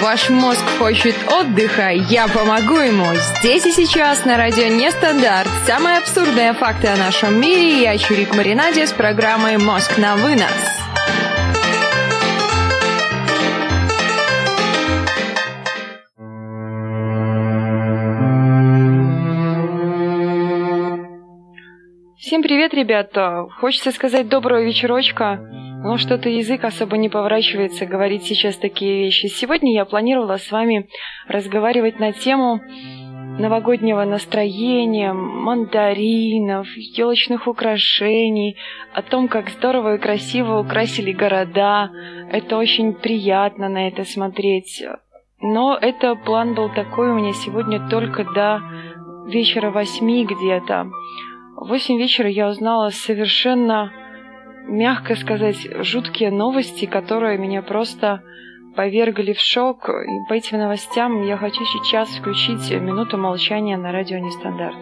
Ваш мозг хочет отдыха, я помогу ему. Здесь и сейчас на радио Нестандарт. Самые абсурдные факты о нашем мире. Я Чурик Маринаде с программой «Мозг на вынос». Всем привет, ребята! Хочется сказать доброго вечерочка, но что-то язык особо не поворачивается говорить сейчас такие вещи. Сегодня я планировала с вами разговаривать на тему новогоднего настроения, мандаринов, елочных украшений, о том, как здорово и красиво украсили города. Это очень приятно на это смотреть. Но это план был такой у меня сегодня только до вечера 8 где-то. В 8 вечера я узнала совершенно, мягко сказать, жуткие новости, которые меня просто повергли в шок. И по этим новостям я хочу сейчас включить минуту молчания на радио Нестандарт.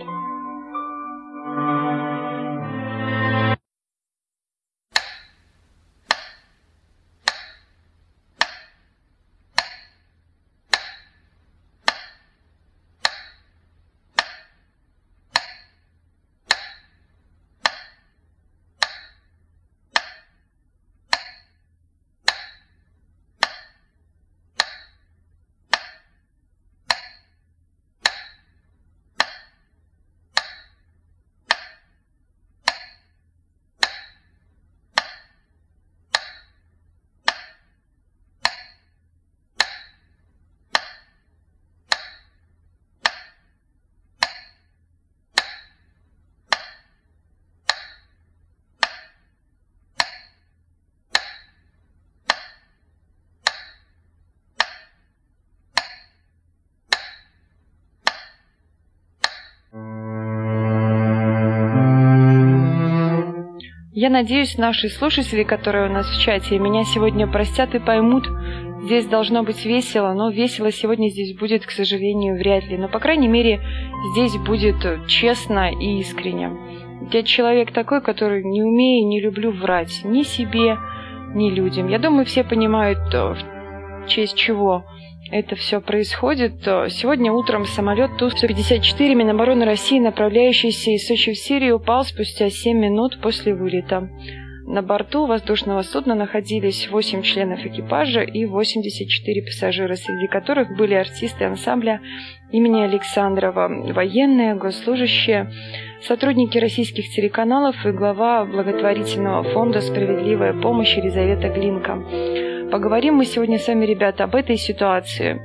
Я надеюсь, наши слушатели, которые у нас в чате, меня сегодня простят и поймут. Здесь должно быть весело, но весело сегодня здесь будет, к сожалению, вряд ли. Но, по крайней мере, здесь будет честно и искренне. Я человек такой, который не умею, не люблю врать ни себе, ни людям. Я думаю, все понимают, в честь чего это все происходит. Сегодня утром самолет Ту-154 Минобороны России, направляющийся из Сочи в Сирию, упал спустя 7 минут после вылета. На борту воздушного судна находились 8 членов экипажа и 84 пассажира, среди которых были артисты ансамбля имени Александрова, военные, госслужащие, сотрудники российских телеканалов и глава благотворительного фонда «Справедливая помощь» Елизавета Глинка. Поговорим мы сегодня с вами, ребята, об этой ситуации.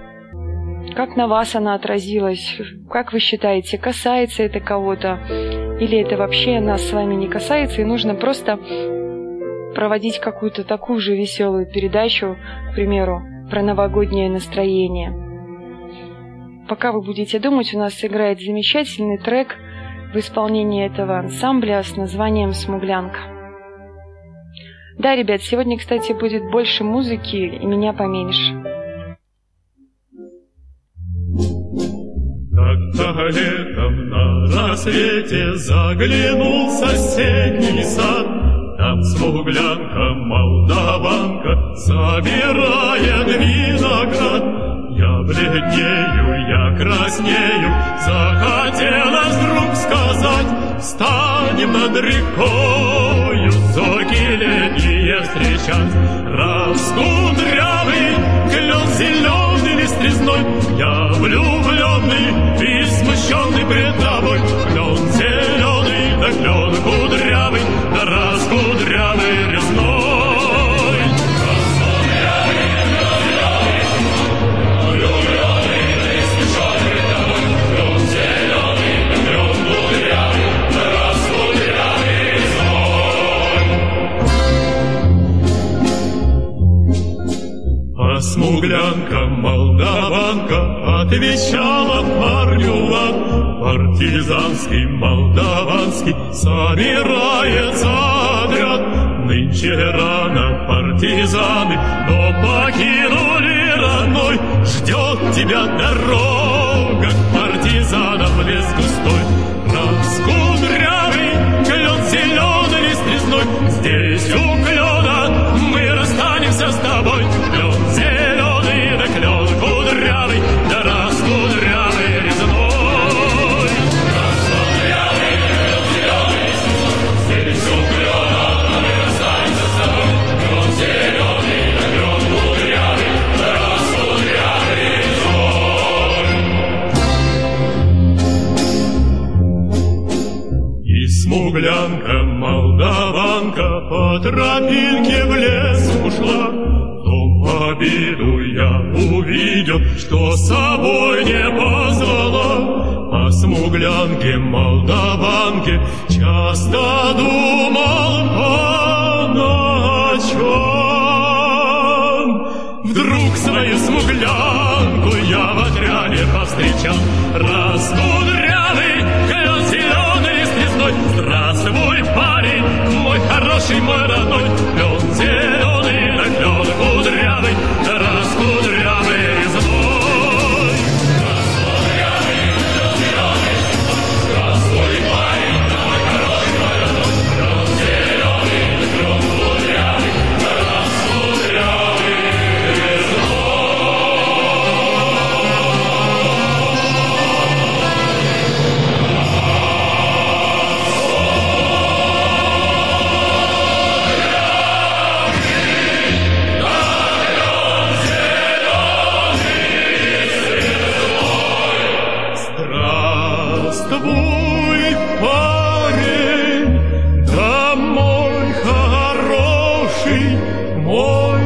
Как на вас она отразилась? Как вы считаете, касается это кого-то? Или это вообще нас с вами не касается, и нужно просто проводить какую-то такую же веселую передачу, к примеру, про новогоднее настроение? Пока вы будете думать, у нас играет замечательный трек в исполнении этого ансамбля с названием «Смуглянка». Да, ребят, сегодня, кстати, будет больше музыки и меня поменьше. Как-то летом на рассвете заглянул в соседний сад. Там смуглянка, молдаванка собирает виноград. Я бледнею, я краснею, захотелось вдруг сказать: встанем над рекою, соки летние встречать. Раскудрявый клен зеленый лист резной, я влюбленный и смущенный пред тобой. Клен зеленый, да клен кудрявый, да раскудрявый резной. Смуглянка, молдаванка отвечала парню лад. Партизанский, молдаванский собирается отряд. Нынче рано партизаны дом покинули родной. Ждет тебя дорога к партизанам, лес густой. Раскудрявый клен зеленый лист резной. Здесь у клена мы расстанемся с тобой. Клен зеленый, да клен обиду я увидел, что с собой не позвала. О смуглянке, молдаванке часто думал по ночам. Вдруг свою смуглянку я в отряде повстречал. Раскудрявый, клен зеленый стрезной. Здравствуй, парень, мой хороший, мой родной. Клен зеленый, да клен кудрявый, да раскудрявый злой. Раскудрявый, клен зеленый, здравствуй, парень, мой хороший, мой родной. Клен зеленый, да клен кудрявый, да раскудрявый Здравствуй, парень, да мой хороший, мой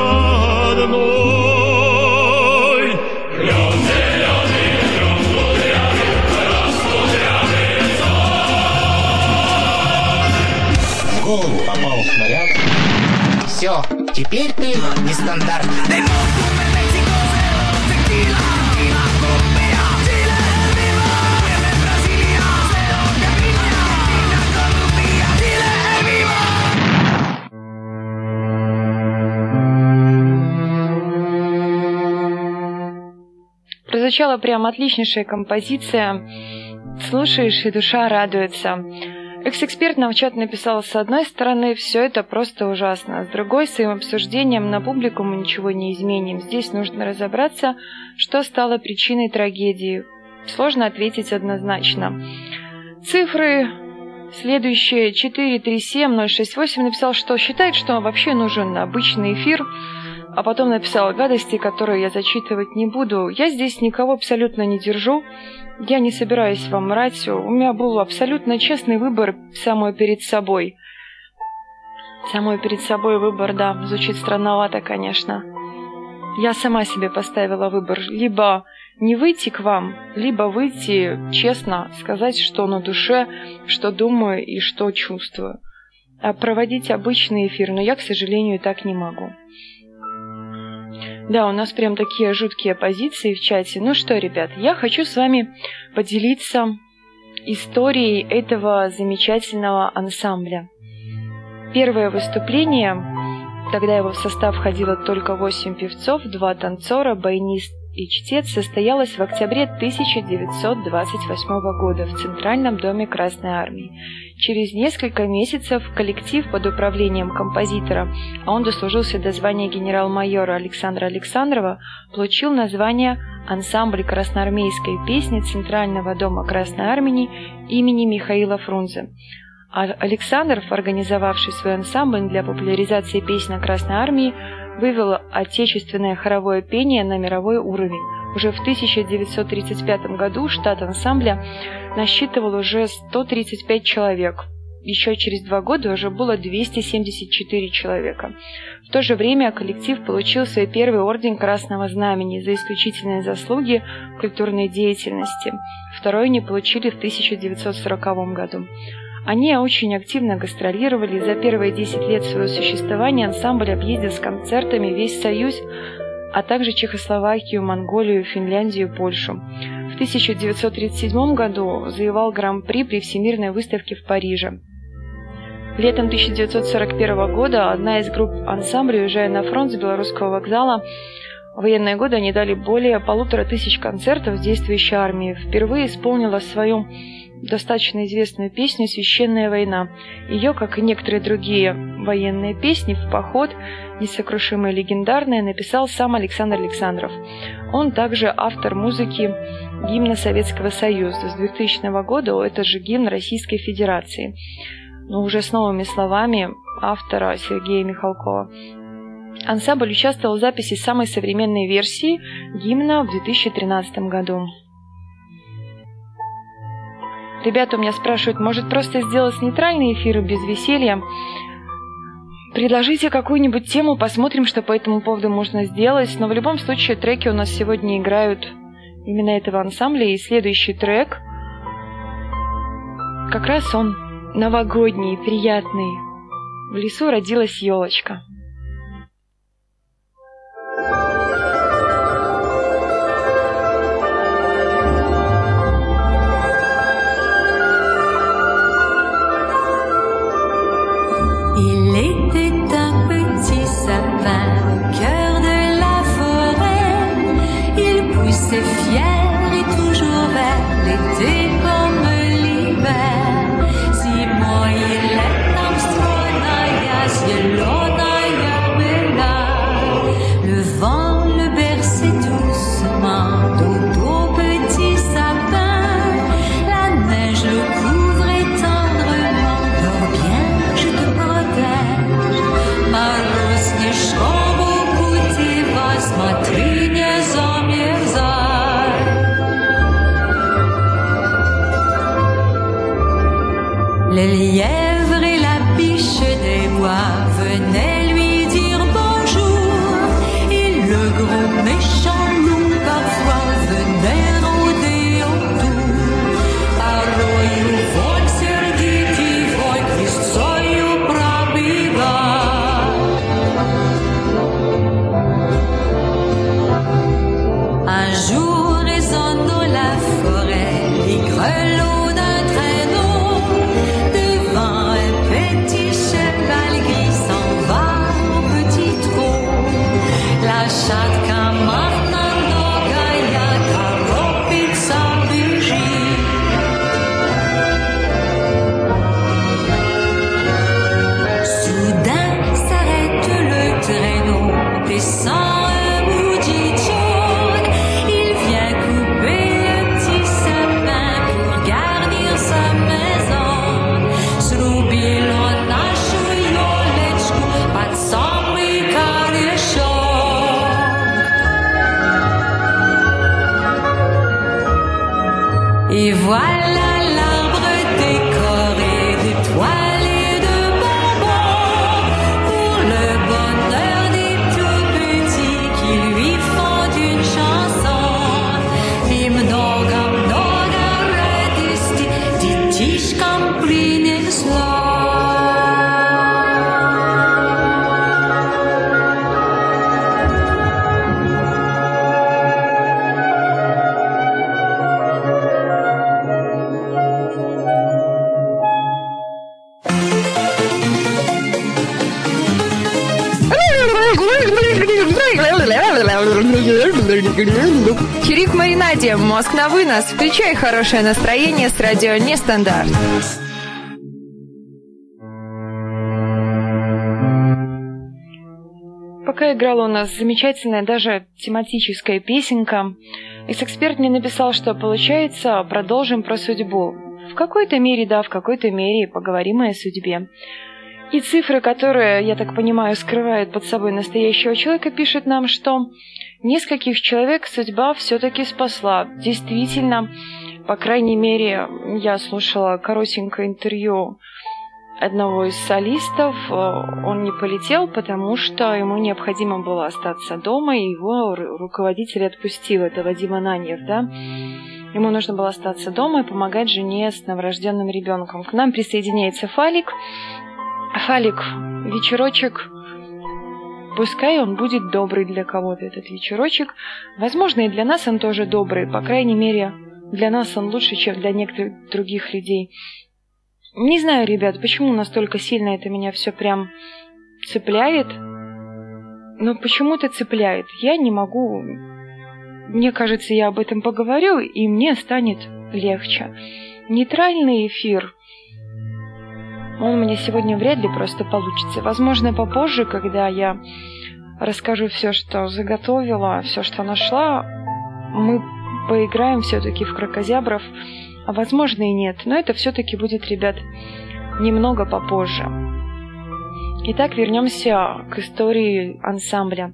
родной. Клен зеленый, клен кудрявый, раскудрявый В голову попал снаряд. Все, теперь ты нестандартный. Прозвучала прям отличнейшая композиция. Слушаешь, и душа радуется. Экс-эксперт нам в чат написал: с одной стороны, все это просто ужасно, с другой, своим обсуждением на публику мы ничего не изменим. Здесь нужно разобраться, что стало причиной трагедии. Сложно ответить однозначно. Цифры следующие: 437068 написал, что считает, что вообще нужен обычный эфир, а потом написал гадости, которые я зачитывать не буду. Я здесь никого абсолютно не держу. Я не собираюсь вам врать. У меня был абсолютно честный выбор самой перед собой. Самой перед собой выбор, да, звучит странновато, конечно. Я сама себе поставила выбор. Либо не выйти к вам, либо выйти честно, сказать, что на душе, что думаю и что чувствую. А проводить обычный эфир, но я, к сожалению, так не могу. Да, у нас прям такие жуткие позиции в чате. Ну что, ребят, я хочу с вами поделиться историей этого замечательного ансамбля. Первое выступление, когда его в состав входило только 8 певцов, 2 танцора, баянист и чтец, состоялось в октябре 1928 года в Центральном доме Красной Армии. Через несколько месяцев коллектив под управлением композитора, а он дослужился до звания генерал-майора Александра Александрова, получил название «Ансамбль красноармейской песни Центрального дома Красной Армии имени Михаила Фрунзе». А Александров, организовавший свой ансамбль для популяризации песен Красной Армии, вывел отечественное хоровое пение на мировой уровень. Уже в 1935 году штат ансамбля насчитывал уже 135 человек. Еще через 2 года уже было 274 человека. В то же время коллектив получил свой первый орден Красного Знамени за исключительные заслуги в культурной деятельности. Второй они получили в 1940 году. Они очень активно гастролировали. За первые 10 лет своего существования ансамбль объездил с концертами весь Союз, а также Чехословакию, Монголию, Финляндию, Польшу. В 1937 году завоевал гран-при при Всемирной выставке в Париже. Летом 1941 года одна из групп ансамбля, уезжая на фронт с Белорусского вокзала, в военные годы они дали более 1500 концертов с действующей армией. Впервые исполнила свою достаточно известную песню «Священная война». Ее, как и некоторые другие военные песни, в поход, несокрушимые и легендарные, написал сам Александр Александров. Он также автор музыки гимна Советского Союза. С 2000 года это же гимн Российской Федерации. Но уже с новыми словами автора Сергея Михалкова. Ансамбль участвовал в записи самой современной версии гимна в 2013 году. Ребята у меня спрашивают, может просто сделать нейтральные эфиры без веселья? Предложите какую-нибудь тему, посмотрим, что по этому поводу можно сделать. Но в любом случае треки у нас сегодня играют именно этого ансамбля. И следующий трек, как раз он новогодний, приятный. В лесу родилась елочка. Il était un petit sapin au cœur de la forêt. Il poussait fier et toujours vert, l'été comme l'hiver. Зимой летом стройная, зеленая была. Le vent le berçait doucement d'auto petit sapin. La neige le couvrait tendrement. Dors bien, je te protège. Мороз снежком укутывай, смотри, не замерзай. Le lièvre et la biche des bois venaient lui dire bonjour. Et le gros méchant loup parfois venait rôder autour. Порою волк сердитый вой крестцою пробегал. Un jour résonnent dans la forêt les grelots d'un traîneau. Devant un petit cheval gris s'en va au petit trot. La chatte Camargue другая торопится бежит. Soudain s'arrête le traîneau, descend un bouditchon. Il vient couper le petit sapin pour garnir sa maison. Срубил он нашу елочку под самый корешок. Et voilà l'arbre décoré d'étoiles et de bonbons pour le bonheur des tout petits qui lui font une chanson. И много-много радости детишкам принесло. Чирик в маринаде, мозг на вынос. Включай хорошее настроение с радио Нестандарт. Пока играла у нас замечательная, даже тематическая песенка, экс-эксперт мне написал, что получается, продолжим про судьбу. В какой-то мере, да, в какой-то мере поговорим и о судьбе. И цифры, которые, я так понимаю, скрывают под собой настоящего человека, пишут нам, что нескольких человек судьба все-таки спасла. Действительно, по крайней мере, я слушала коротенькое интервью одного из солистов. Он не полетел, потому что ему необходимо было остаться дома, и его руководитель отпустил. Это Вадим Ананьев, да? Ему нужно было остаться дома и помогать жене с новорожденным ребенком. К нам присоединяется Фалик. Фалик, вечерочек, пускай он будет добрый для кого-то, этот вечерочек. Возможно, и для нас он тоже добрый. По крайней мере, для нас он лучше, чем для некоторых других людей. Не знаю, ребят, почему настолько сильно это меня все прям цепляет. Но почему-то цепляет. Я не могу... Мне кажется, я об этом поговорю, и мне станет легче. Нейтральный эфир... Он у меня сегодня вряд ли просто получится. Возможно, попозже, когда я расскажу все, что заготовила, все, что нашла, мы поиграем все-таки в кракозябров. А возможно и нет. Но это все-таки будет, ребят, немного попозже. Итак, вернемся к истории ансамбля.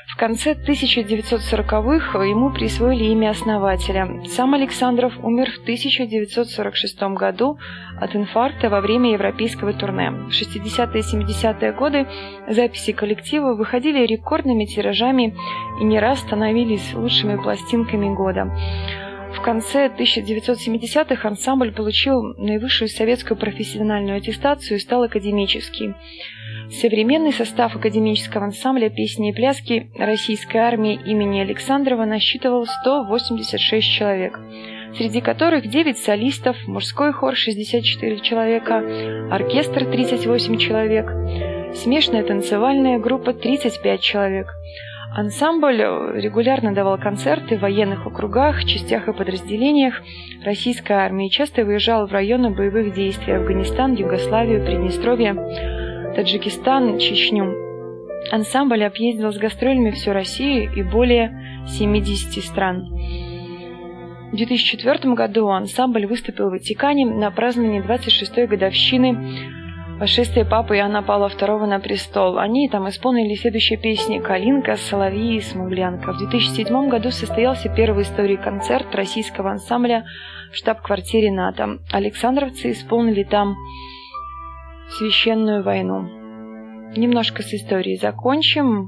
В конце 1940-х ему присвоили имя основателя. Сам Александров умер в 1946 году от инфаркта во время европейского турне. В 60-е и 70-е годы записи коллектива выходили рекордными тиражами и не раз становились лучшими пластинками года. В конце 1970-х ансамбль получил наивысшую советскую профессиональную аттестацию и стал академический. Современный состав академического ансамбля «Песни и пляски» Российской армии имени Александрова насчитывал 186 человек, среди которых 9 солистов, мужской хор 64 человека, оркестр 38 человек, смешанная танцевальная группа 35 человек. Ансамбль регулярно давал концерты в военных округах, частях и подразделениях российской армии, часто выезжал в районы боевых действий: Афганистан, Югославию, Приднестровье, Таджикистан, Чечню. Ансамбль объездил с гастролями всю Россию и более 70 стран. В 2004 году ансамбль выступил в Ватикане на праздновании 26-й годовщины восшествия Папы Иоанна Павла II на престол. Они там исполнили следующие песни: «Калинка», «Соловьи» и «Смуглянка». В 2007 году состоялся первый в истории концерт российского ансамбля в штаб-квартире НАТО. Александровцы исполнили там «Священную войну». Немножко с историей закончим.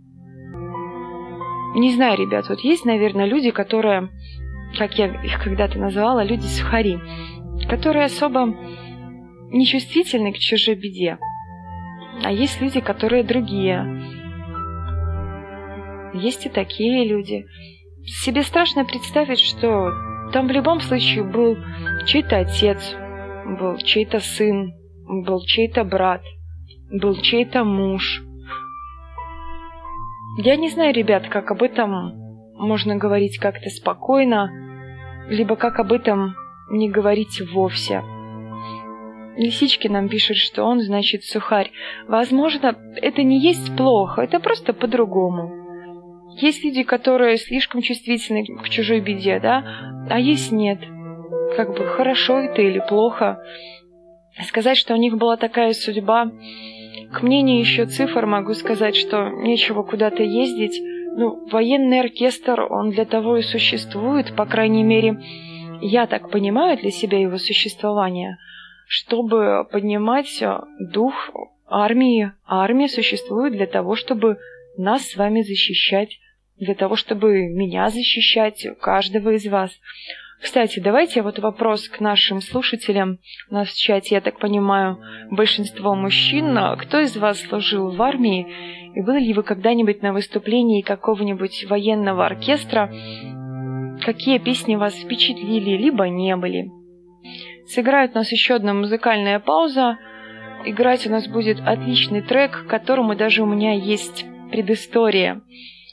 Не знаю, ребят, вот есть, наверное, люди, которые, как я их когда-то называла, люди-сухари, которые особо нечувствительны к чужой беде. А есть люди, которые другие. Есть и такие люди. Себе страшно представить, что там в любом случае был чей-то отец, был чей-то сын, был чей-то брат, был чей-то муж. Я не знаю, ребят, как об этом можно говорить как-то спокойно, либо как об этом не говорить вовсе. Лисички нам пишет, что он, значит, сухарь. Возможно, это не есть плохо, это просто по-другому. Есть люди, которые слишком чувствительны к чужой беде, да, а есть нет. Как бы хорошо это или плохо. Сказать, что у них была такая судьба. К мнению еще цифр могу сказать, что нечего куда-то ездить. Ну, военный оркестр, он для того и существует, по крайней мере, я так понимаю для себя его существование, чтобы поднимать дух армии. А армия существует для того, чтобы нас с вами защищать, для того, чтобы меня защищать, каждого из вас. Кстати, давайте вот вопрос к нашим слушателям. У нас в чате, я так понимаю, большинство мужчин. Кто из вас служил в армии? И были ли вы когда-нибудь на выступлении какого-нибудь военного оркестра? Какие песни вас впечатлили, либо не были? Сыграет у нас еще одна музыкальная пауза. Играть у нас будет отличный трек, к которому даже у меня есть предыстория.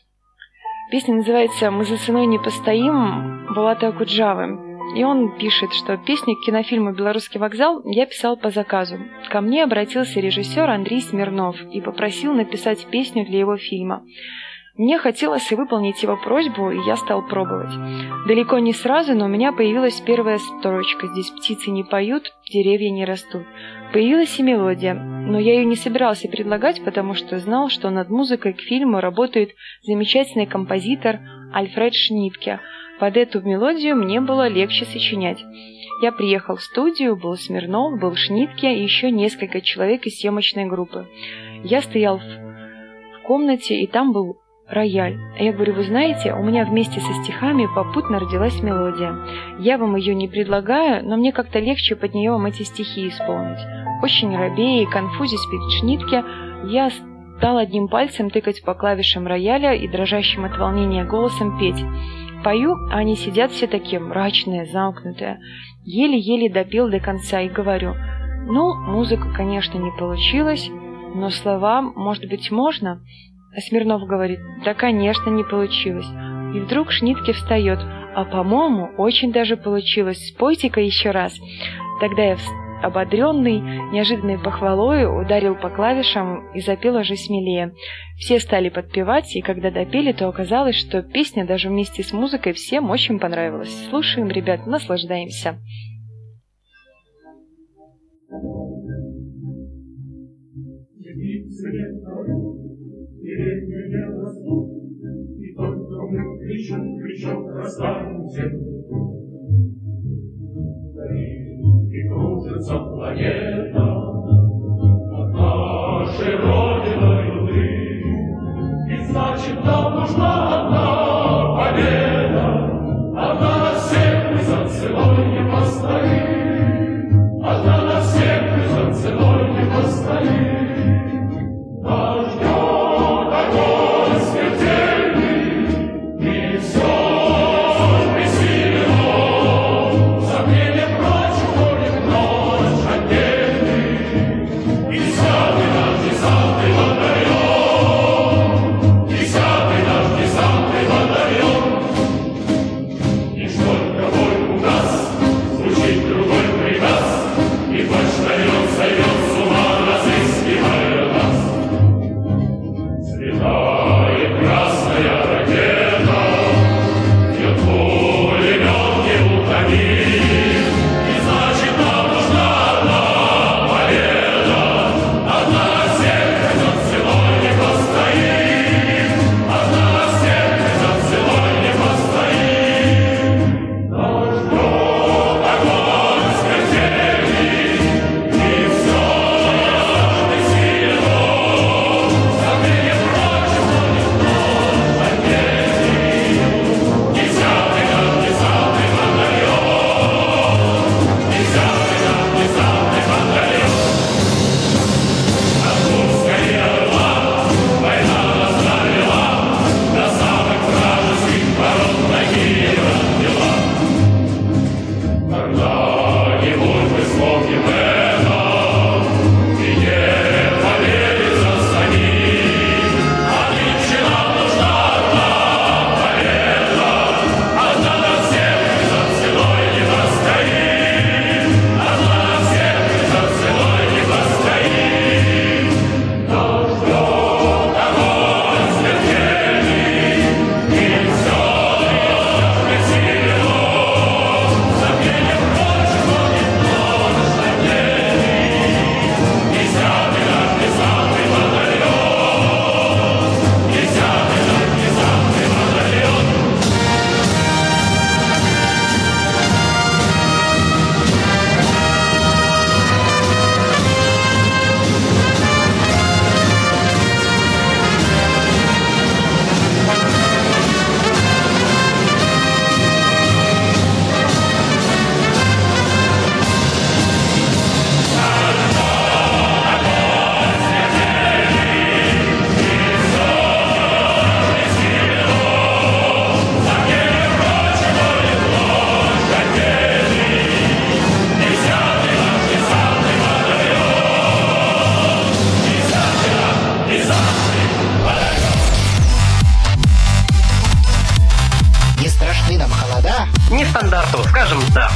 Песня называется «Мы за ценой не постоим» Булата Акуджавы. И он пишет, что песни к кинофильму «Белорусский вокзал» я писал по заказу. Ко мне обратился режиссер Андрей Смирнов и попросил написать песню для его фильма. Мне хотелось выполнить его просьбу, и я стал пробовать. Далеко не сразу, но у меня появилась первая строчка: «Здесь птицы не поют, деревья не растут». Появилась и мелодия, но я ее не собирался предлагать, потому что знал, что над музыкой к фильму работает замечательный композитор Альфред Шнитке. Под эту мелодию мне было легче сочинять. Я приехал в студию, был Смирнов, был Шнитке и еще несколько человек из съемочной группы. Я стоял в комнате, и там был рояль. А я говорю: вы знаете, у меня вместе со стихами попутно родилась мелодия. Я вам ее не предлагаю, но мне как-то легче под нее вам эти стихи исполнить. Очень робея и конфузясь перед Шнитке, я стал одним пальцем тыкать по клавишам рояля и дрожащим от волнения голосом петь. Пою, а они сидят все такие мрачные, замкнутые. Еле-еле допел до конца и говорю: ну, музыка, конечно, не получилась, но слова, может быть, можно? А Смирнов говорит: да, конечно, не получилось. И вдруг Шнитке встает: а, по-моему, очень даже получилось. Спойте-ка еще раз. Тогда я, ободренный неожиданной похвалой, ударил по клавишам и запел уже смелее. Все стали подпевать, и когда допели, то оказалось, что песня даже вместе с музыкой всем очень понравилась. Слушаем, ребят, наслаждаемся. Деревья не растут, плечу к плечу расстанемся. И кружится планета над нашей Родиной внутри. И значит, нам нужна одна победа, одна на всех, и за ценой не постоит, одна на всех, и за ценой не постоит. Нас ждет огонь смертельный, и все пресилено. Забвение прочь уходит ночь отдельный, и десятый наш десантный батальон, десятый наш десантный батальон. Лишь только бой угас, звучит другой приказ, и почтальон сойдет с ума, разыскивая нас. Взлетает красная ракета, бьет пулемет неутомим, и значит, нам нужна одна победа, одна на всех, и за ценой не постоит, одна на всех, и за ценой не постоит. Нас ждет огонь смертельный, и все пресилено. Забвение прочь уходит ночь отдельный, десятый наш десантный батальон, десятый наш десантный батальон. От Курской до Орла война нас довела, до самых вражеских ворот такие дела. Когда-нибудь мы вспомним это, и не поверится самим. А нынче нам нужна одна победа, одна на всех, и за ценой не постоит, одна на всех, и за ценой не постоит. Нас ждет огонь смертельный, и все пресилено. Забвение прочь уходит ночь отдельный, десятый наш десантный батальон, десятый наш десантный батальон. Не страшны нам холода. Нестандарту, скажем да.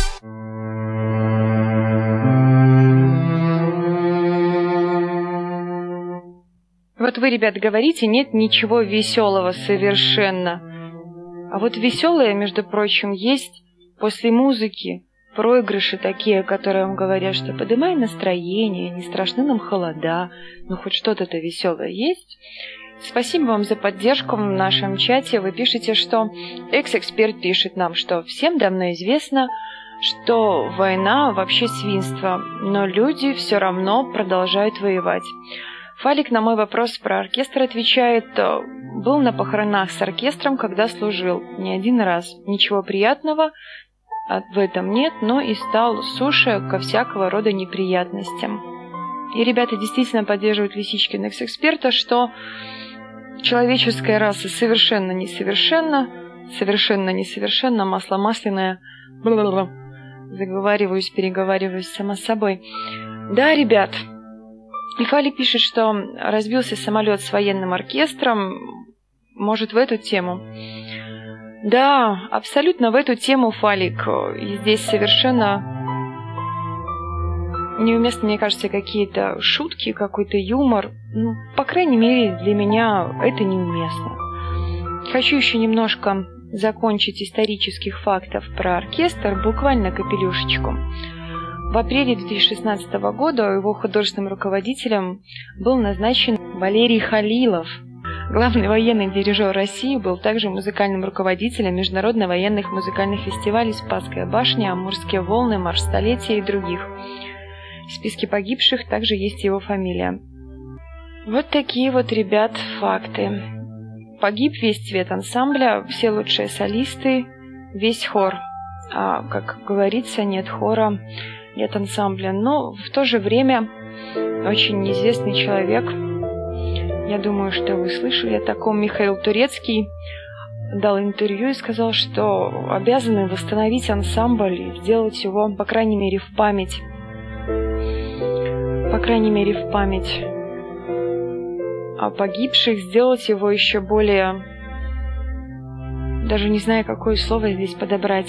Вот вы, ребят, говорите, нет ничего веселого совершенно. А вот веселое, между прочим, есть после музыки. Проигрыши такие, которые вам говорят, что поднимай настроение, не страшны нам холода, ну хоть что-то-то веселое есть. Спасибо вам за поддержку в нашем чате. Вы пишете, что экс-эксперт пишет нам, что всем давно известно, что война вообще свинство, но люди все равно продолжают воевать. Фалик на мой вопрос про оркестр отвечает: был на похоронах с оркестром, когда служил, не один раз. Ничего приятного в этом нет, но и стал суше ко всякого рода неприятностям. И ребята действительно поддерживают Лисичкина экс-эксперта, что человеческая раса совершенно несовершенна, масло масляное, заговариваюсь, переговариваюсь сама с собой. Да, ребят, и Фалик пишет, что разбился самолет с военным оркестром, может, в эту тему. Да, абсолютно в эту тему, Фалик. И здесь совершенно неуместны, мне кажется, какие-то шутки, какой-то юмор. Ну, по крайней мере, для меня это неуместно. Хочу еще немножко закончить исторических фактов про оркестр, буквально капелюшечку. В апреле 2016 года его художественным руководителем был назначен Валерий Халилов. Главный военный дирижер России, был также музыкальным руководителем международно-военных музыкальных фестивалей «Спасская башня», «Амурские волны», «Марш столетия» и других. В списке погибших также есть его фамилия. Вот такие вот, ребят, факты. Погиб весь цвет ансамбля, все лучшие солисты, весь хор. А, как говорится, нет хора, нет ансамбля. Но в то же время очень известный человек, я думаю, что вы слышали о таком, Михаил Турецкий, дал интервью и сказал, что обязаны восстановить ансамбль и сделать его, по крайней мере, в память. По крайней мере, в память о погибших, сделать его еще более... Даже не знаю, какое слово здесь подобрать.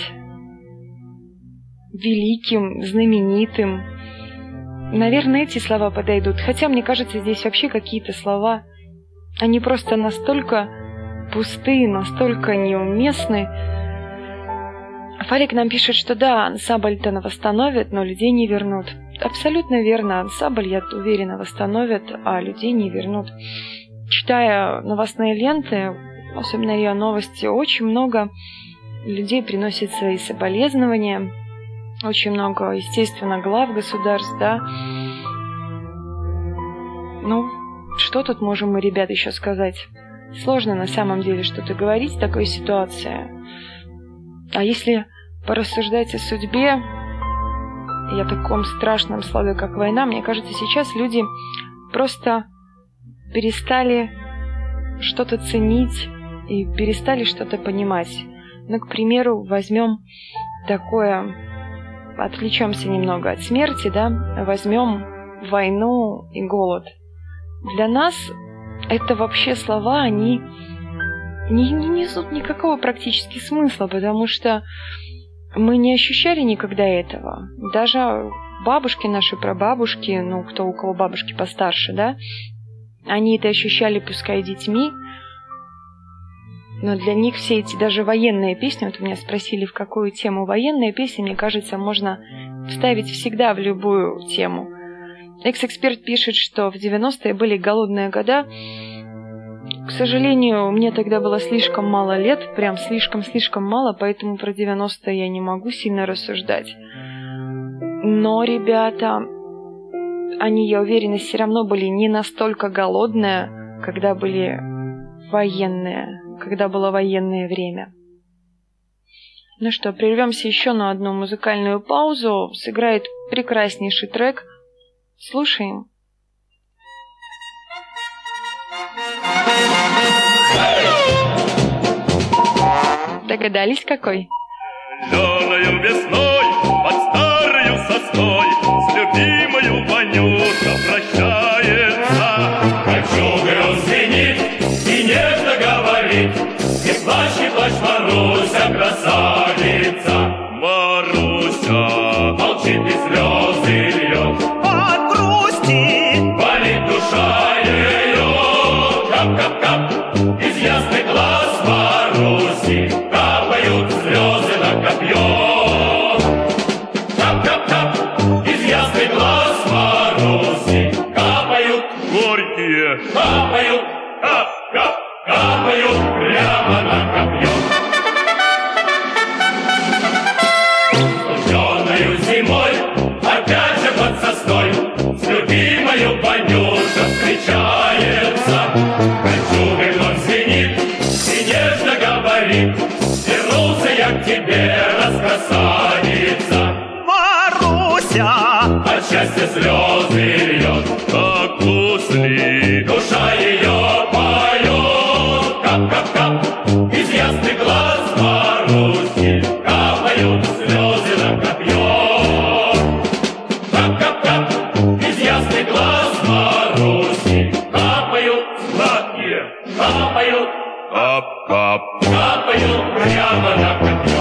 Великим, знаменитым. Наверное, эти слова подойдут. Хотя, мне кажется, здесь вообще какие-то слова, они просто настолько пустые, настолько неуместны. Фалик нам пишет, что да, ансамбль-то восстановят, но людей не вернут. Абсолютно верно. Ансамбль, я уверена, восстановят, а людей не вернут. Читая новостные ленты, особенно РИА Новости, очень много людей приносят свои соболезнования. Очень много, естественно, глав государств, да. Ну, что тут можем мы, ребят, еще сказать? Сложно на самом деле что-то говорить в такой ситуации. А если порассуждать о судьбе и о таком страшном слове, как война, мне кажется, сейчас люди просто перестали что-то ценить и перестали что-то понимать. Ну, к примеру, возьмем такое, отвлечемся немного от смерти, да, возьмем войну и голод. Для нас это вообще слова, они не несут никакого практически смысла, потому что мы не ощущали никогда этого. Даже бабушки наши, прабабушки, ну, кто у кого бабушки постарше, да, они это ощущали, пускай детьми, но для них все эти даже военные песни, вот меня спросили, в какую тему военные песни, мне кажется, можно вставить всегда в любую тему. Экс-эксперт пишет, что в 90-е были голодные года. К сожалению, мне тогда было слишком мало лет, прям слишком мало, поэтому про 90-е я не могу сильно рассуждать. Но, ребята, они, я уверена, все равно были не настолько голодные, когда были военные, когда было военное время. Ну что, прервемся еще на одну музыкальную паузу. Сыграет прекраснейший трек. Слушаем. Догадались, какой? Зеленою весной под старою сосной с любимою Ванюша прощается. Кольчугой он звенит и нежно говорит: не плачь, Маруся, красавица. Маруся молчит и слезы льет от грусти, болит душа ее. Кап-кап-кап из ясных глаз Маруси капают слезы на копье. Кап-кап-кап из ясных глаз Маруси капают горькие, капают, кап-кап, капают прямо на копье. Стуженою зимой опять же под сосной с любимою Ванюша встречается. Кольчугой вновь звенит и нежно говорит: вернулся я к тебе, раскрасавица. Маруся от счастья слезы льет, как гусли душа ее поет. Кап-кап-кап из ясных глаз Маруси капают слезы на копье. Кап-кап-кап из ясных глаз Маруси капают сладкие, капают, кап-кап, капают прямо на копье.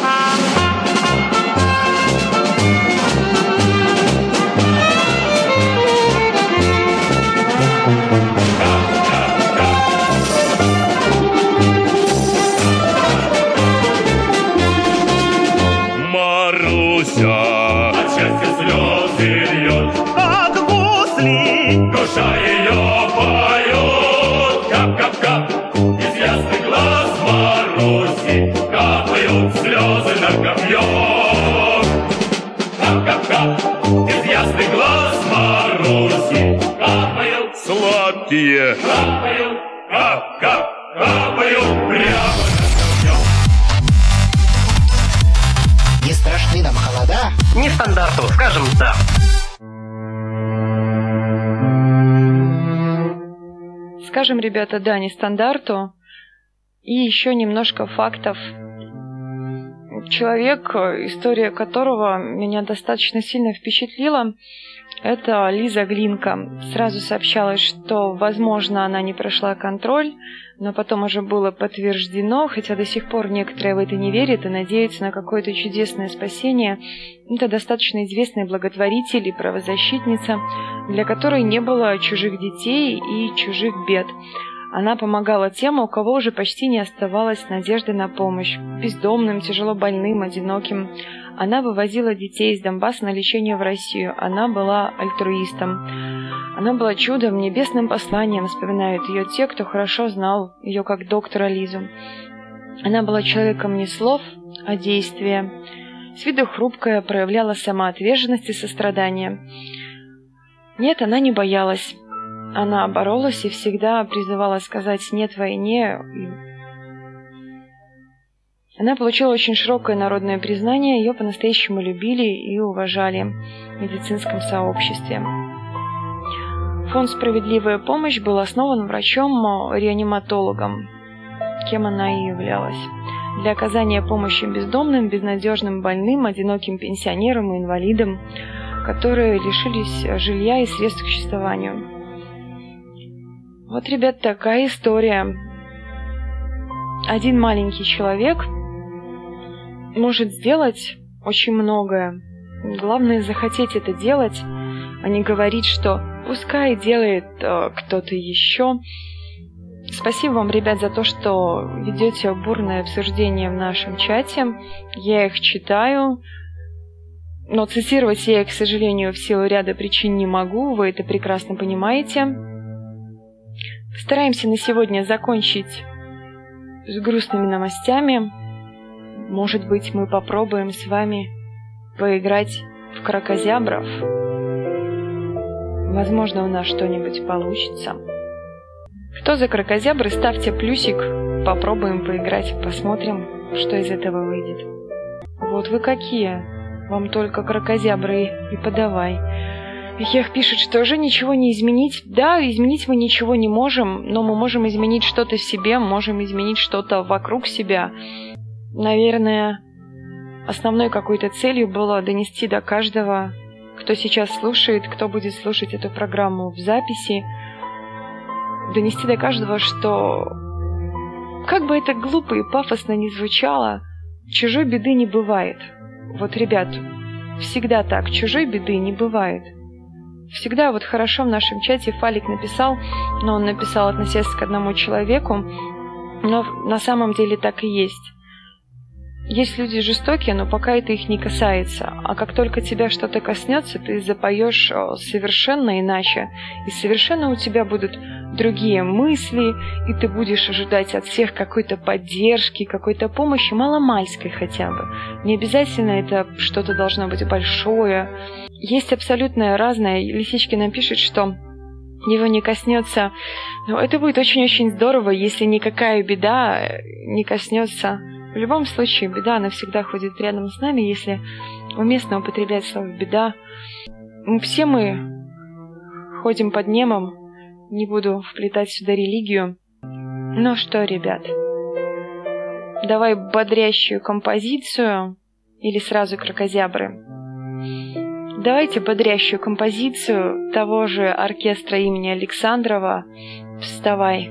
Маруся от счастья слезы льет, как гусли душа ее поет. Кап-кап-кап, из ясных глаз Маруси капают слезы на копье. Кап-кап-кап, из ясных глаз Маруси капают сладкие. Капают, кап-кап, капают прямо на копье. Не страшны нам холода? Не стандарту, скажем да. Скажем, ребята, да, не стандарту. И еще немножко фактов. Человек, история которого меня достаточно сильно впечатлила, это Лиза Глинка. Сразу сообщалось, что, возможно, она не прошла контроль, но потом уже было подтверждено, хотя до сих пор некоторые в это не верят и надеются на какое-то чудесное спасение. Это достаточно известный благотворитель и правозащитница, для которой не было чужих детей и чужих бед. Она помогала тем, у кого уже почти не оставалось надежды на помощь. Бездомным, тяжелобольным, одиноким. Она вывозила детей из Донбасса на лечение в Россию. Она была альтруистом. Она была чудом, небесным посланием, вспоминают ее те, кто хорошо знал ее как доктора Лизу. Она была человеком не слов, а действия. С виду хрупкая, проявляла самоотверженность и сострадание. Нет, она не боялась. Она боролась и всегда призывала сказать «нет» войне. Она получила очень широкое народное признание, ее по-настоящему любили и уважали в медицинском сообществе. Фонд «Справедливая помощь» был основан врачом-реаниматологом, кем она и являлась, для оказания помощи бездомным, безнадежным больным, одиноким пенсионерам и инвалидам, которые лишились жилья и средств к существованию. Вот, ребят, такая история. Один маленький человек может сделать очень многое. Главное захотеть это делать, а не говорить, что пускай делает кто-то еще. Спасибо вам, ребят, за то, что ведете бурное обсуждение в нашем чате. Я их читаю, но цитировать я их, к сожалению, в силу ряда причин не могу. Вы это прекрасно понимаете. Постараемся на сегодня закончить с грустными новостями. Может быть, мы попробуем с вами поиграть в кракозябров. Возможно, у нас что-нибудь получится. Кто за кракозябры, ставьте плюсик. Попробуем поиграть, посмотрим, что из этого выйдет. Вот вы какие. Вам только кракозябры и подавай. Ех пишет, что уже ничего не изменить. Да, изменить мы ничего не можем, но мы можем изменить что-то в себе, можем изменить что-то вокруг себя. Наверное, основной какой-то целью было донести до каждого, кто сейчас слушает, кто будет слушать эту программу в записи, донести до каждого, что, как бы это глупо и пафосно ни звучало, чужой беды не бывает. Вот, ребят, всегда так, чужой беды не бывает. Всегда вот хорошо в нашем чате Фалик написал, но он написал, относясь к одному человеку, но на самом деле так и есть. Есть люди жестокие, но пока это их не касается. А как только тебя что-то коснется, ты запоешь совершенно иначе. И совершенно у тебя будут другие мысли, и ты будешь ожидать от всех какой-то поддержки, какой-то помощи, маломальской хотя бы. Не обязательно это что-то должно быть большое. Есть абсолютно разное. Лисички напишет, что его не коснется. Но это будет очень-очень здорово, если никакая беда не коснется. В любом случае, беда, она всегда ходит рядом с нами, если уместно употреблять слово «беда». Все мы ходим под небом, не буду вплетать сюда религию. Ну что, ребят, давай бодрящую композицию или сразу кракозябры? Давайте бодрящую композицию того же оркестра имени Александрова «Вставай».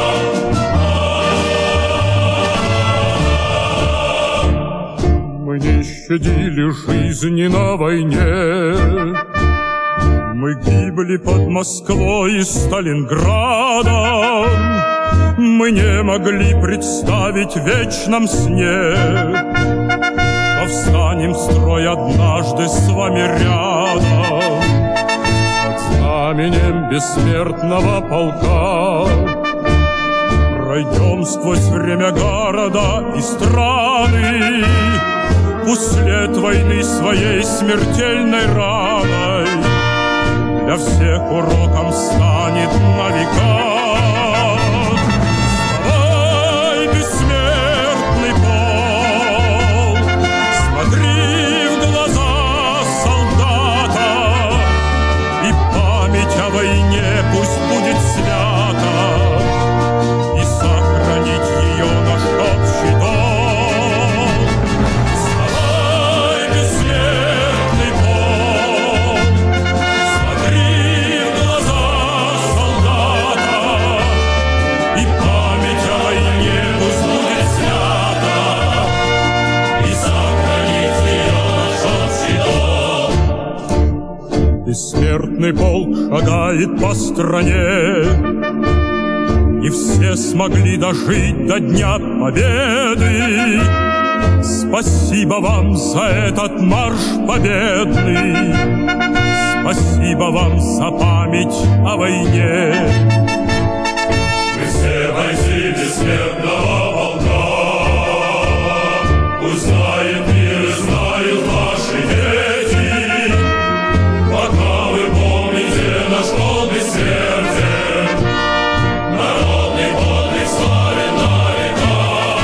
Мне щадили жизни на войне. Мы гибли под Москвой и Сталинградом, мы не могли представить в вечном сне, что встанем в строй однажды с вами рядом под знаменем бессмертного полка. Пройдем сквозь время города и страны, пусть след войны своей смертельной раной для всех уроком станет на века. Вставай, бессмертный полк, смотри в глаза солдата, и память о войне пусть будет свята, и сохранить ее наш общий долг. Вставай, бессмертный полк, смотри в глаза солдата, и память о войне пусть будет свята, и сохранить ее наш общий долг. Бессмертный полк шагает по стране, и все смогли дожить до Дня Победы. Спасибо вам за этот марш победный, спасибо вам за память о войне. Мы все бойцы бессмертного полка, пусть знает мир и знают ваши дети, пока вы помните наш полк бессмертен, народный подвиг славен на века.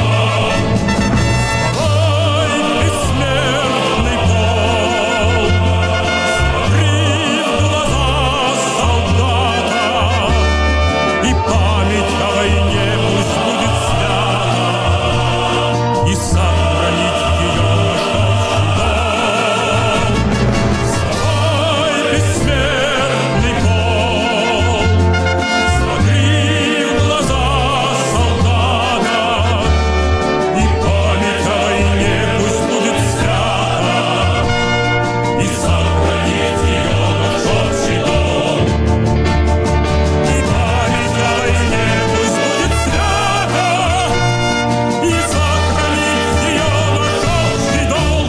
Вставай, бессмертный полк, смотри в глаза солдата, и память о войне пусть будет свята, и сохранить ее наш общий долг. Вставай, бессмертный полк, смотри в глаза солдата, и память о войне пусть будет свята, и сохранить ее наш общий долг. И память о войне пусть будет свята, и сохранить ее наш общий долг.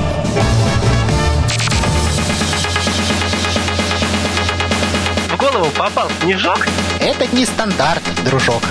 В голову попал снежок. Это не стандарт, дружок.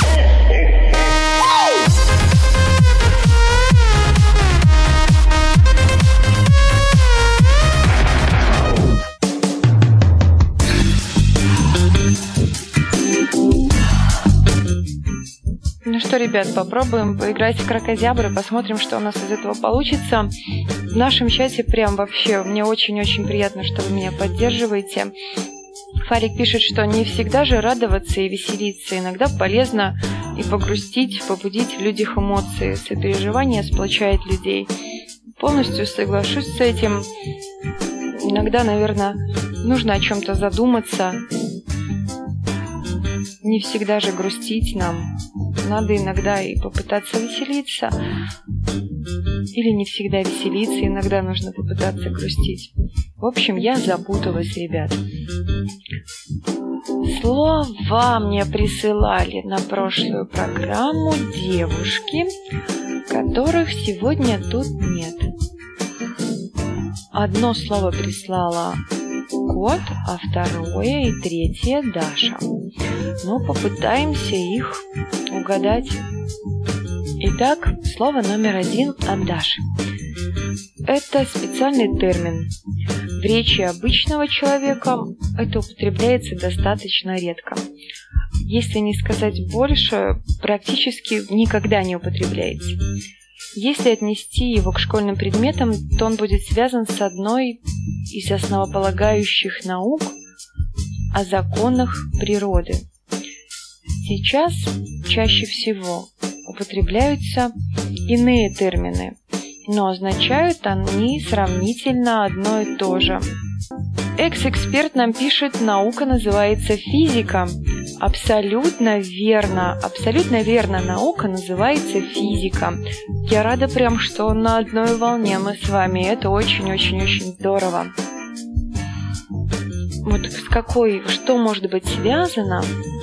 Ну что, ребят, попробуем поиграть в кракозябры, посмотрим, что у нас из этого получится. В нашем чате прям вообще мне очень-очень приятно, что вы меня поддерживаете. Фарик пишет, что не всегда же радоваться и веселиться. Иногда полезно и погрустить, побудить в людях эмоции. Сопереживание сплочает людей. Полностью соглашусь с этим. Иногда, наверное, нужно о чем-то задуматься. Не всегда же грустить нам. Надо иногда и попытаться веселиться. Или не всегда веселиться, иногда нужно попытаться грустить. В общем, я запуталась, ребят. Слова мне присылали на прошлую программу девушки, которых сегодня тут нет. Одно слово прислала Кот, а второе и третье Даша. Ну, попытаемся их угадать. Итак, слово номер 1 от Даши. Это специальный термин. В речи обычного человека это употребляется достаточно редко. Если не сказать больше, практически никогда не употребляется. Если отнести его к школьным предметам, то он будет связан с одной из основополагающих наук о законах природы. Сейчас чаще всего употребляются иные термины, но означают они сравнительно одно и то же. Экс-эксперт нам пишет, наука называется физика, Абсолютно верно наука называется физика. Я рада прям, что на одной волне мы с вами. Это очень-очень-очень здорово. Вот что может быть связано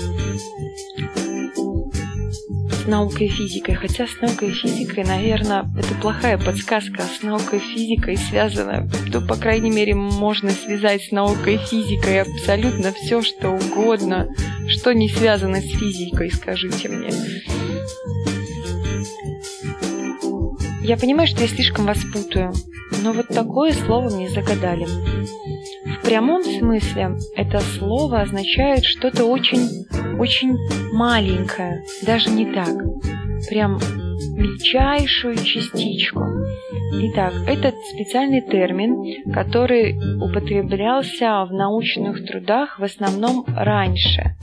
с наукой и физикой? Хотя с наукой и физикой, наверное, это плохая подсказка. С наукой и физикой связано, то, по крайней мере, можно связать с наукой и физикой абсолютно все, что угодно. Что не связано с физикой, скажите мне. Я понимаю, что я слишком вас путаю, но вот такое слово мне загадали. В прямом смысле это слово означает что-то очень маленькое, даже не так, прям мельчайшую частичку. Итак, этот специальный термин, который употреблялся в научных трудах в основном раньше.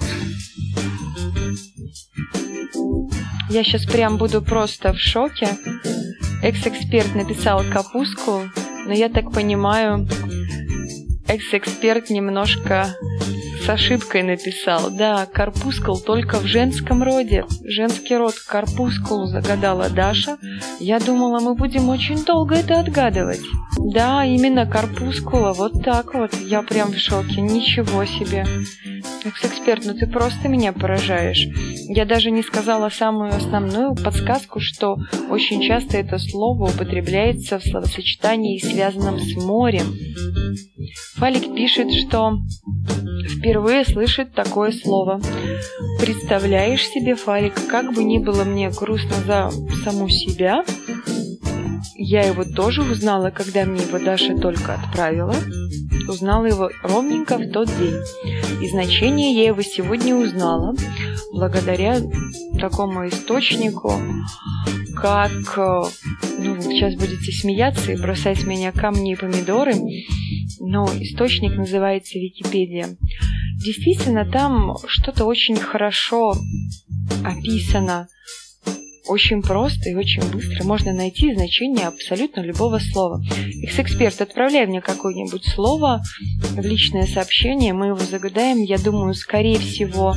Я сейчас прям буду просто в шоке. Экс-эксперт написал капустку, но я так понимаю, экс-эксперт немножко с ошибкой написал. Да, корпускул только в женском роде. Женский род корпускул загадала Даша. Я думала, мы будем очень долго это отгадывать. Да, именно корпускула, вот так вот. Я прям в шоке, ничего себе. Экс-эксперт, ну ты просто меня поражаешь. Я даже не сказала самую основную подсказку, что очень часто это слово употребляется в словосочетании, связанном с морем. Фалик пишет, что впервые слышит такое слово. Представляешь себе, Фалик, как бы ни было мне грустно за саму себя, я его тоже узнала, когда мне его Даша только отправила. Узнала его ровненько в тот день. И значение я его сегодня узнала благодаря такому источнику, как... Ну, сейчас будете смеяться и бросать в меня камни и помидоры, но источник называется Википедия. Действительно, там что-то очень хорошо описано. Очень просто и очень быстро можно найти значение абсолютно любого слова. Экс-эксперт, отправляй мне какое-нибудь слово в личное сообщение, мы его загадаем, я думаю, скорее всего...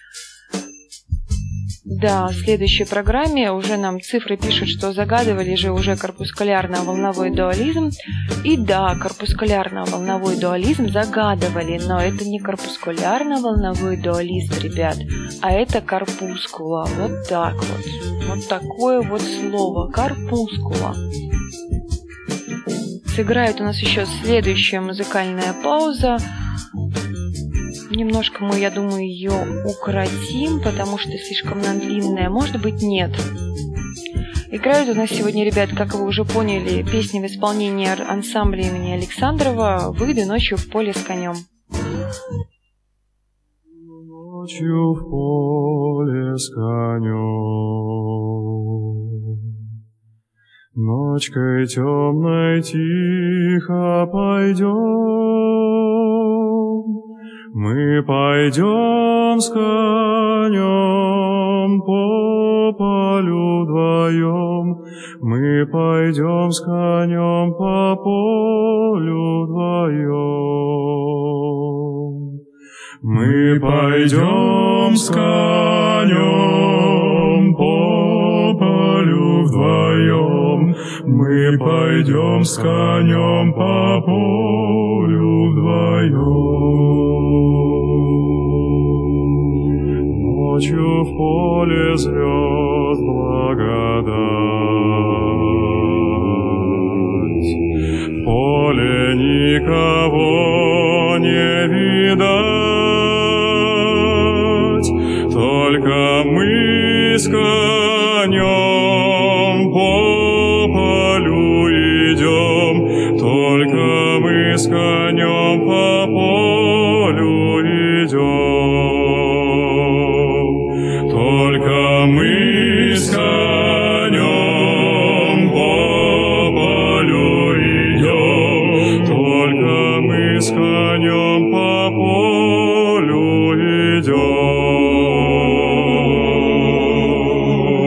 Да, в следующей программе уже нам цифры пишут, что загадывали же уже корпускулярно-волновой дуализм. И да, корпускулярно-волновой дуализм загадывали, но это не корпускулярно-волновой дуализм, ребят, а это корпускула. Вот так вот. Вот такое вот слово. Корпускула. Сыграет у нас еще следующая музыкальная пауза. Немножко мы, я думаю, ее укоротим, потому что слишком она длинная. Может быть, нет. Играют у нас сегодня, ребят, как вы уже поняли, песни в исполнении ансамбля имени Александрова «Выйду ночью в поле с конем». Ночью в поле с конем, ночкой темной тихо пойдем. Мы пойдем с конем по полю вдвоем, мы пойдем с конем по полю вдвоем. Мы пойдем с конем по полю вдвоем, мы пойдем с конем по полю вдвоем. Ночью в поле звезд благодать, в поле никого не видать, только мы с конем по полю идем, только мы с конем по полю идем. Только мы с конем по полю идем, только мы с конем по полю идем.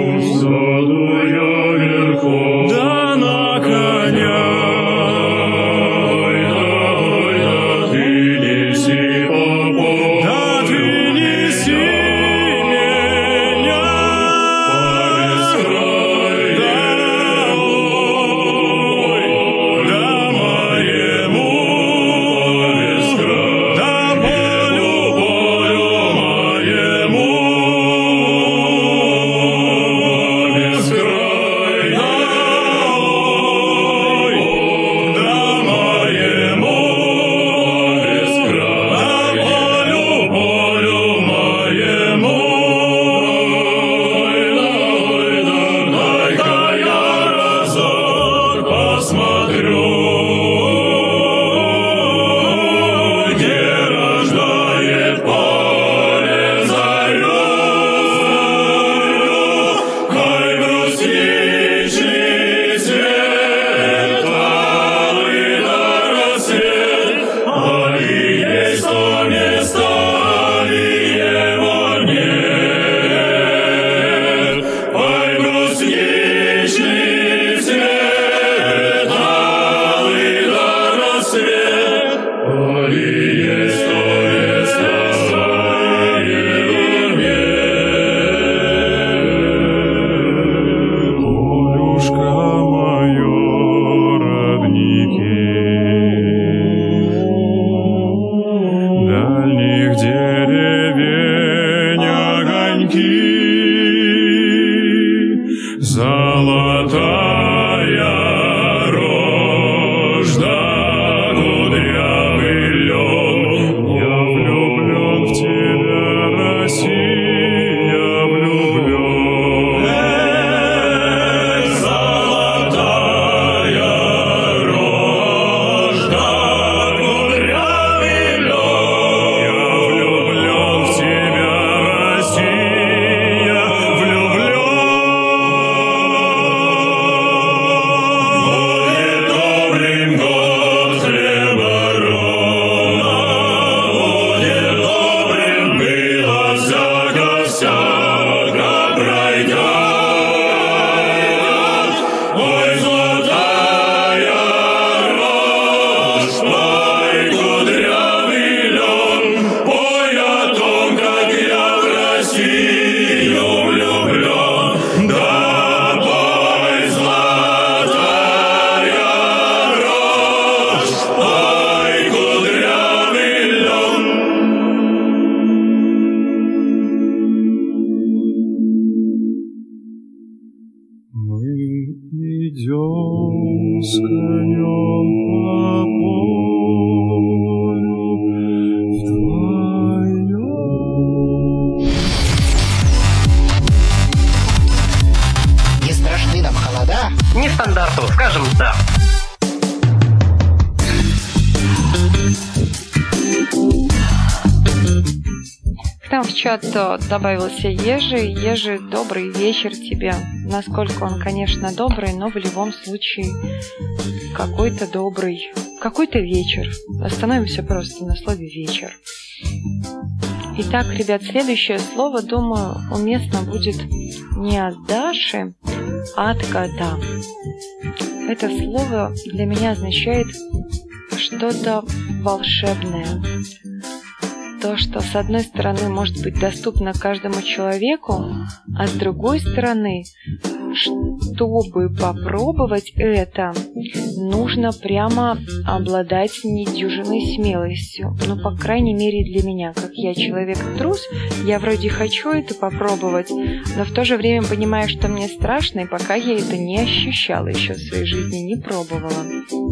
в чат добавился Ежи. Ежи, добрый вечер тебе. Насколько он, конечно, добрый, но в любом случае какой-то добрый, какой-то вечер. Остановимся просто на слове «вечер». Итак, ребят, следующее слово, думаю, уместно будет не от Даши, а от кота. Это слово для меня означает что-то волшебное. То, что с одной стороны может быть доступно каждому человеку, а с другой стороны, чтобы попробовать это, нужно прямо обладать недюжинной смелостью. Ну, по крайней мере, для меня, как я человек-трус, я вроде хочу это попробовать, но в то же время понимаю, что мне страшно, и пока я это не ощущала еще в своей жизни, не пробовала.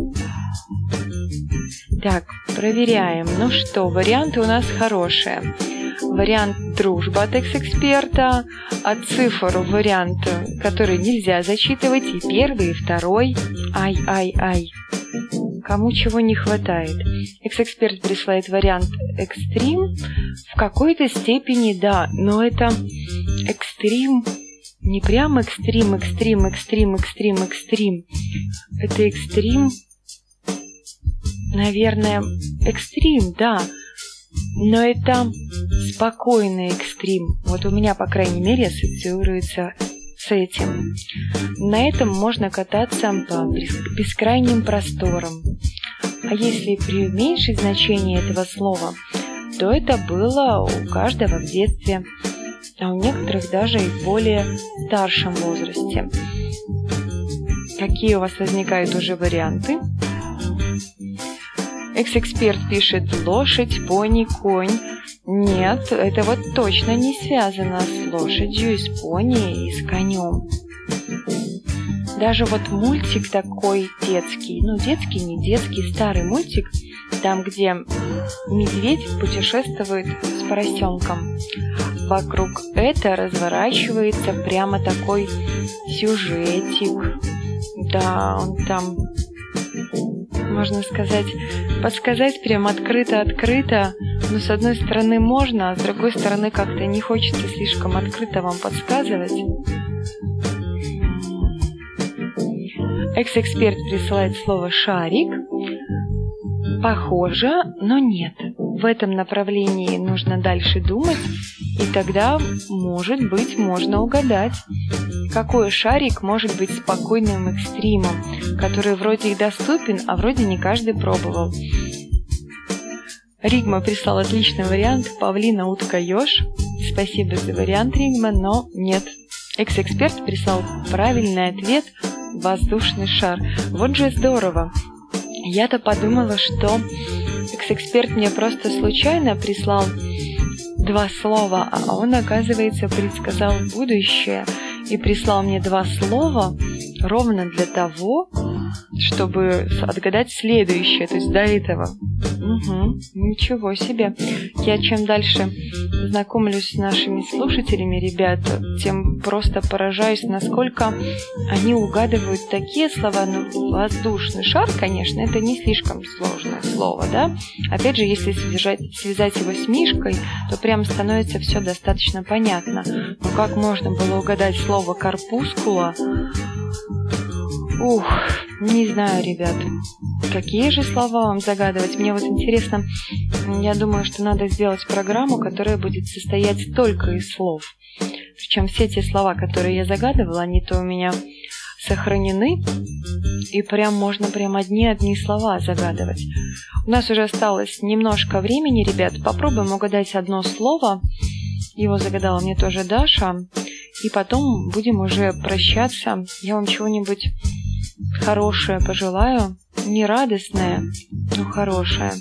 Так, проверяем. Ну что, варианты у нас хорошие. Вариант «дружба» от экс-эксперта, от цифр вариант, который нельзя зачитывать, и первый, и второй. Ай-ай-ай. Кому чего не хватает. Экс-эксперт присылает вариант «экстрим». В какой-то степени да, но это экстрим, не прям экстрим. Это экстрим, наверное, экстрим, да. Но это спокойный экстрим. Вот у меня, по крайней мере, ассоциируется с этим. На этом можно кататься по бескрайним просторам. А если преуменьшить значение этого слова, то это было у каждого в детстве, а у некоторых даже и в более старшем возрасте. Какие у вас возникают уже варианты? Экс-эксперт пишет лошадь, пони, конь. Нет, это вот точно не связано с лошадью, и с пони, и с конем. Даже вот мультик такой детский, ну детский, не детский, старый мультик, там, где медведь путешествует с поросенком. Вокруг это разворачивается прямо такой сюжетик. Да, он там, можно сказать, подсказать прям открыто-открыто, но с одной стороны можно, а с другой стороны как-то не хочется слишком открыто вам подсказывать. Экс-эксперт присылает слово «шарик». Похоже, но нет. В этом направлении нужно дальше думать, и тогда, может быть, можно угадать, какой шарик может быть спокойным экстримом, который вроде и доступен, а вроде не каждый пробовал. Ригма прислал отличный вариант «павлина, утка, еж». Спасибо за вариант, Ригма, но нет. Экс-эксперт прислал правильный ответ «воздушный шар». Вот же здорово. Я-то подумала, что экс-эксперт мне просто случайно прислал два слова, а он, оказывается, предсказал будущее и прислал мне два слова ровно для того, чтобы отгадать следующее, то есть до этого. Ничего себе. Я чем дальше знакомлюсь с нашими слушателями, ребята, тем просто поражаюсь, насколько они угадывают такие слова. Ну, воздушный шар, конечно, это не слишком сложное слово, да? Опять же, если связать его с мишкой, то прям становится все достаточно понятно. Но как можно было угадать слово «корпускула»? Ух, не знаю, ребят. Какие же слова вам загадывать? Мне вот интересно, я думаю, что надо сделать программу, которая будет состоять только из слов. Причем все те слова, которые я загадывала, они-то у меня сохранены, и прям можно прям одни слова загадывать. У нас уже осталось немножко времени, ребят. Попробуем угадать одно слово. Его загадала мне тоже Даша. И потом будем уже прощаться. Я вам чего-нибудь хорошее пожелаю. Не радостное, но хорошее.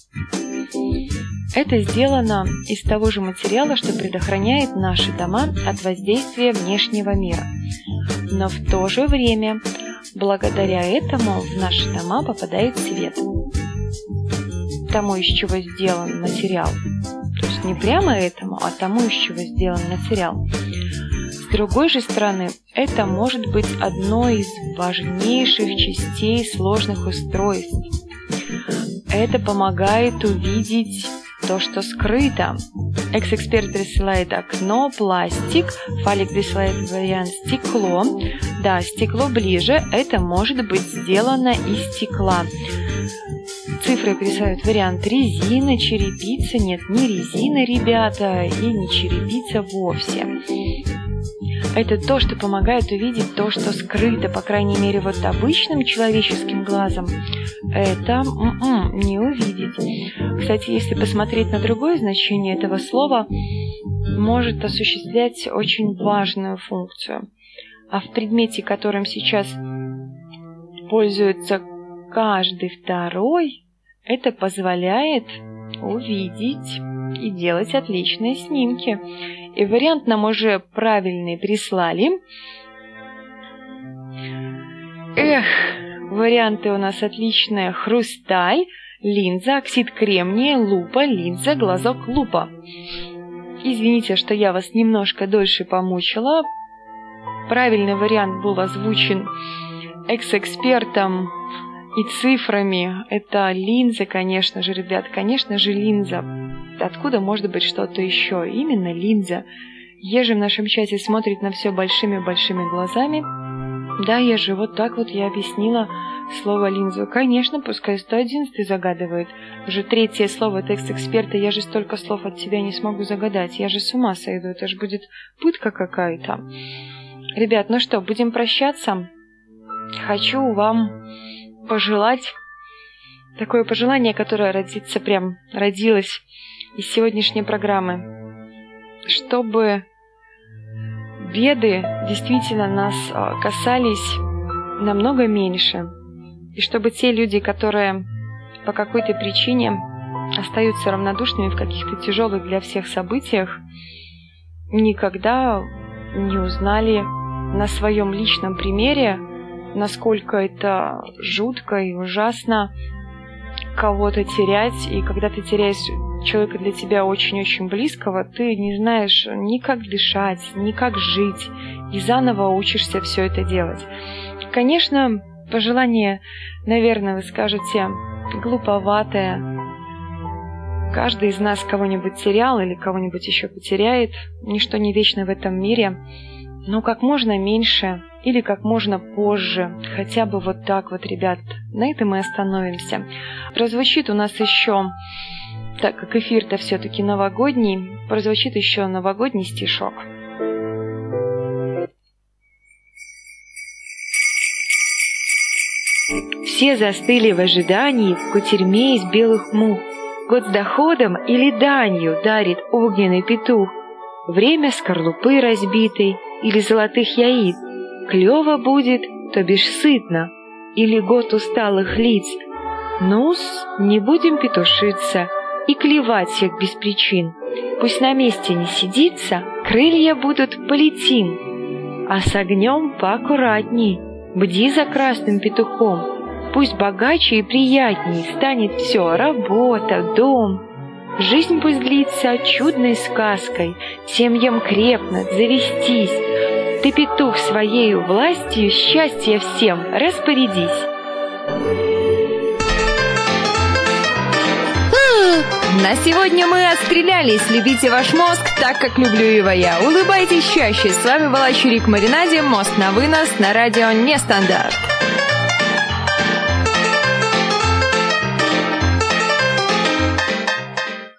Это сделано из того же материала, что предохраняет наши дома от воздействия внешнего мира. Но в то же время, благодаря этому, в наши дома попадает свет. Тому, из чего сделан материал. То есть не прямо этому, а тому, из чего сделан материал. С другой же стороны, это может быть одной из важнейших частей сложных устройств. Это помогает увидеть то, что скрыто. Экс-эксперт присылает окно, пластик. Фалик присылает вариант стекло. Да, стекло ближе. Это может быть сделано из стекла. Цифры присылают вариант резина, черепица. Нет, не резина, ребята, и не черепица вовсе. Это то, что помогает увидеть то, что скрыто, по крайней мере, вот обычным человеческим глазом. Это не увидеть. Кстати, если посмотреть на другое значение этого слова, может осуществлять очень важную функцию. А в предмете, которым сейчас пользуется каждый второй, это позволяет увидеть и делать отличные снимки. И вариант нам уже правильный прислали. Варианты у нас отличные. Хрусталь, линза, оксид кремния, лупа, линза, глазок, лупа. Извините, что я вас немножко дольше помучила. Правильный вариант был озвучен экс-экспертом и цифрами. Это линза, конечно же, ребят, конечно же, линза. Откуда может быть что-то еще? Именно линза. Ежи в нашем чате смотрит на все большими-большими глазами. Да, Ежи, вот так вот я объяснила слово линзу. Конечно, пускай 111 загадывает. Уже третье слово текст эксперта. Я же столько слов от тебя не смогу загадать. Я же с ума сойду. Это же будет пытка какая-то. Ребят, ну что, будем прощаться? Хочу вам пожелать такое пожелание, которое родилось из сегодняшней программы, чтобы беды действительно нас касались намного меньше, и чтобы те люди, которые по какой-то причине остаются равнодушными в каких-то тяжелых для всех событиях, никогда не узнали на своем личном примере, насколько это жутко и ужасно кого-то терять, и когда ты теряешь человека для тебя очень-очень близкого, ты не знаешь ни как дышать, ни как жить, и заново учишься все это делать. Конечно, пожелание, наверное, вы скажете, глуповатое. Каждый из нас кого-нибудь терял или кого-нибудь еще потеряет. Ничто не вечно в этом мире. Но как можно меньше или как можно позже. Хотя бы вот так вот, ребят. На этом мы остановимся. Прозвучит у нас еще, так как эфир-то все-таки новогодний, прозвучит еще новогодний стишок. Все застыли в ожидании в кутерьме из белых мух. Год с доходом или данью дарит огненный петух. Время скорлупы разбитой или золотых яиц. Клево будет, то бишь сытно, или год усталых лиц. Ну-с, не будем петушиться и клевать всех без причин. Пусть на месте не сидится, крылья будут, полетим. А с огнем поаккуратней, бди за красным петухом. Пусть богаче и приятней станет все, работа, дом. Жизнь пусть длится чудной сказкой, семьям крепнуть, завестись. Ты, петух, своею властью счастья всем распорядись. На сегодня мы отстрелялись. Любите ваш мозг так, как люблю его я. Улыбайтесь чаще. С вами была Чирик Маринаде. Мост на вынос на радио Нестандарт.